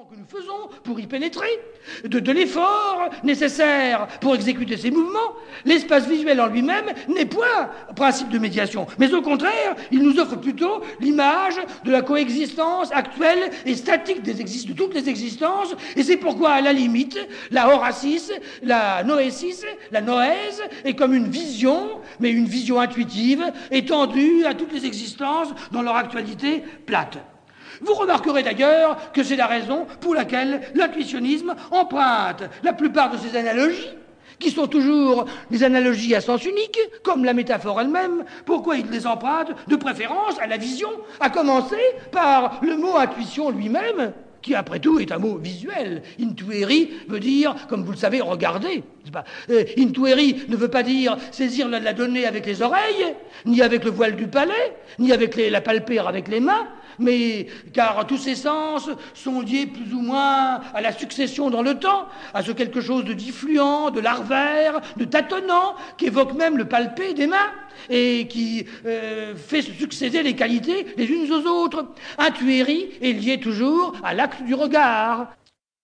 que nous faisons pour y pénétrer, de l'effort nécessaire pour exécuter ces mouvements, l'espace visuel en lui-même n'est point principe de médiation, mais au contraire, il nous offre plutôt l'image de la coexistence actuelle et statique de toutes les existences, et c'est pourquoi, à la limite, la horacis, la noésis, la noèse est comme une vision, mais une vision intuitive, étendue à toutes les existences dans leur actualité plate. Vous remarquerez d'ailleurs que c'est la raison pour laquelle l'intuitionnisme emprunte la plupart de ses analogies, qui sont toujours des analogies à sens unique, comme la métaphore elle-même. Pourquoi il les emprunte de préférence à la vision, à commencer par le mot intuition lui-même, qui après tout est un mot visuel. Intueri veut dire, comme vous le savez, regarder. Intueri ne veut pas dire saisir la donnée avec les oreilles, ni avec le voile du palais, ni avec la palper avec les mains, mais car tous ces sens sont liés plus ou moins à la succession dans le temps, à ce quelque chose de diffluent, de larvaire, de tâtonnant, qui évoque même le palper des mains et qui fait se succéder les qualités les unes aux autres. Intueri est lié toujours à l'acte du regard.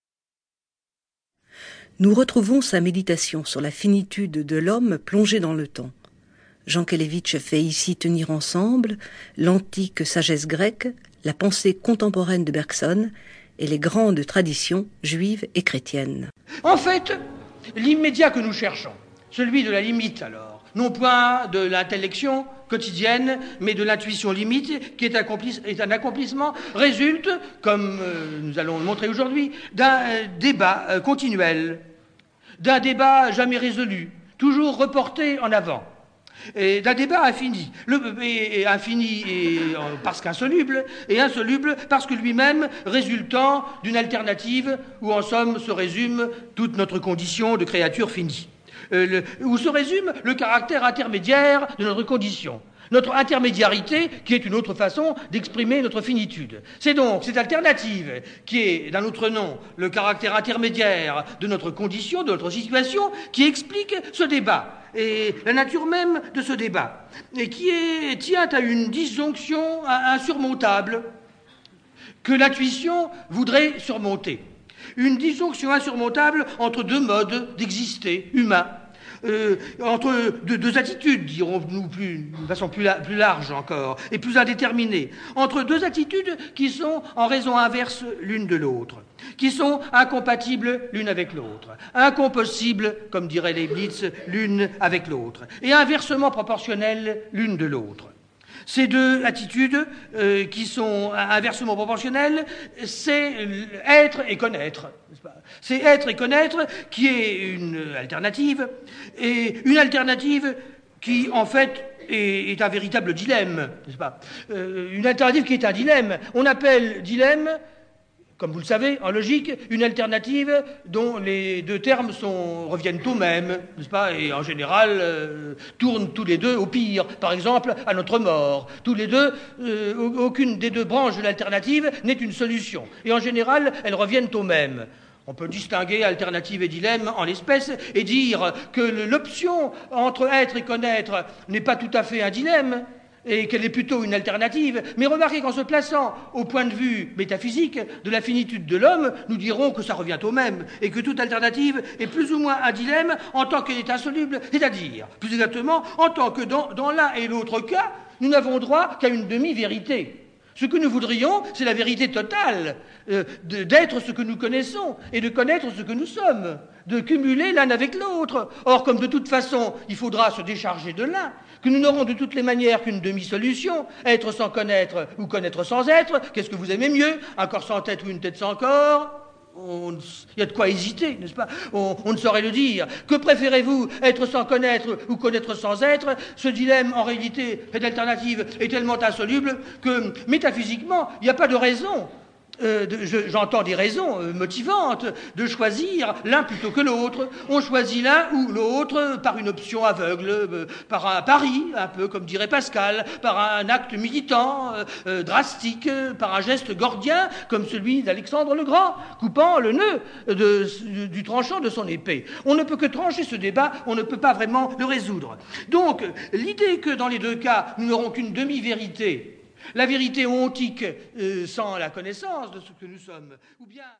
Nous retrouvons sa méditation sur la finitude de l'homme plongé dans le temps. Jankélévitch fait ici tenir ensemble l'antique sagesse grecque, la pensée contemporaine de Bergson et les grandes traditions juives et chrétiennes. En fait, l'immédiat que nous cherchons, celui de la limite alors, non point de l'intellection quotidienne, mais de l'intuition limite, qui est un accomplissement, résulte, comme nous allons le montrer aujourd'hui, d'un débat continuel, d'un débat jamais résolu, toujours reporté en avant, et d'un débat infini. Infini parce qu'insoluble, et insoluble parce que lui-même résultant d'une alternative où en somme se résume toute notre condition de créature finie. Où se résume le caractère intermédiaire de notre condition. Notre intermédiarité, qui est une autre façon d'exprimer notre finitude. C'est donc cette alternative qui est, d'un autre nom, le caractère intermédiaire de notre condition, de notre situation, qui explique ce débat et la nature même de ce débat, et qui tient à une disjonction insurmontable que l'intuition voudrait surmonter. Une insurmontable entre deux modes d'exister humains, entre deux attitudes, dirons-nous de façon plus large encore, et plus indéterminée, entre deux attitudes qui sont en raison inverse l'une de l'autre, qui sont incompatibles l'une avec l'autre, incompossibles, comme dirait Leibniz, l'une avec l'autre, et inversement proportionnelles l'une de l'autre. Ces deux attitudes qui sont inversement proportionnelles, c'est être et connaître. C'est être et connaître qui est une alternative, et une alternative qui, en fait, est un véritable dilemme, n'est-ce pas ? Une alternative qui est un dilemme. On appelle dilemme, comme vous le savez, en logique, une alternative dont les deux termes reviennent au même, n'est-ce pas ? Et en général, tournent tous les deux au pire. Par exemple, à notre mort. Tous les deux, aucune des deux branches de l'alternative n'est une solution. Et en général, elles reviennent au même. On peut distinguer alternative et dilemme en l'espèce et dire que l'option entre être et connaître n'est pas tout à fait un dilemme, et qu'elle est plutôt une alternative. Mais remarquez qu'en se plaçant au point de vue métaphysique de la finitude de l'homme, nous dirons que ça revient au même, et que toute alternative est plus ou moins un dilemme en tant qu'elle est insoluble, c'est-à-dire, plus exactement, en tant que dans l'un et l'autre cas, nous n'avons droit qu'à une demi-vérité. Ce que nous voudrions, c'est la vérité totale, d'être ce que nous connaissons et de connaître ce que nous sommes, de cumuler l'un avec l'autre. Or, comme de toute façon, il faudra se décharger de l'un, que nous n'aurons de toutes les manières qu'une demi-solution, être sans connaître ou connaître sans être, qu'est-ce que vous aimez mieux, un corps sans tête ou une tête sans corps ? Il y a de quoi hésiter, n'est-ce pas ? On ne saurait le dire. Que préférez-vous, être sans connaître ou connaître sans être ? Ce dilemme, en réalité, cette alternative est tellement insoluble que, métaphysiquement, il n'y a pas de raison. J'entends des raisons motivantes de choisir l'un plutôt que l'autre. On choisit l'un ou l'autre par une option aveugle, par un pari, un peu comme dirait Pascal, par un acte militant, drastique, par un geste gordien, comme celui d'Alexandre le Grand, coupant le nœud du tranchant de son épée. On ne peut que trancher ce débat, on ne peut pas vraiment le résoudre. Donc, l'idée que dans les deux cas, nous n'aurons qu'une demi-vérité, la vérité ontique sans la connaissance de ce que nous sommes, ou bien...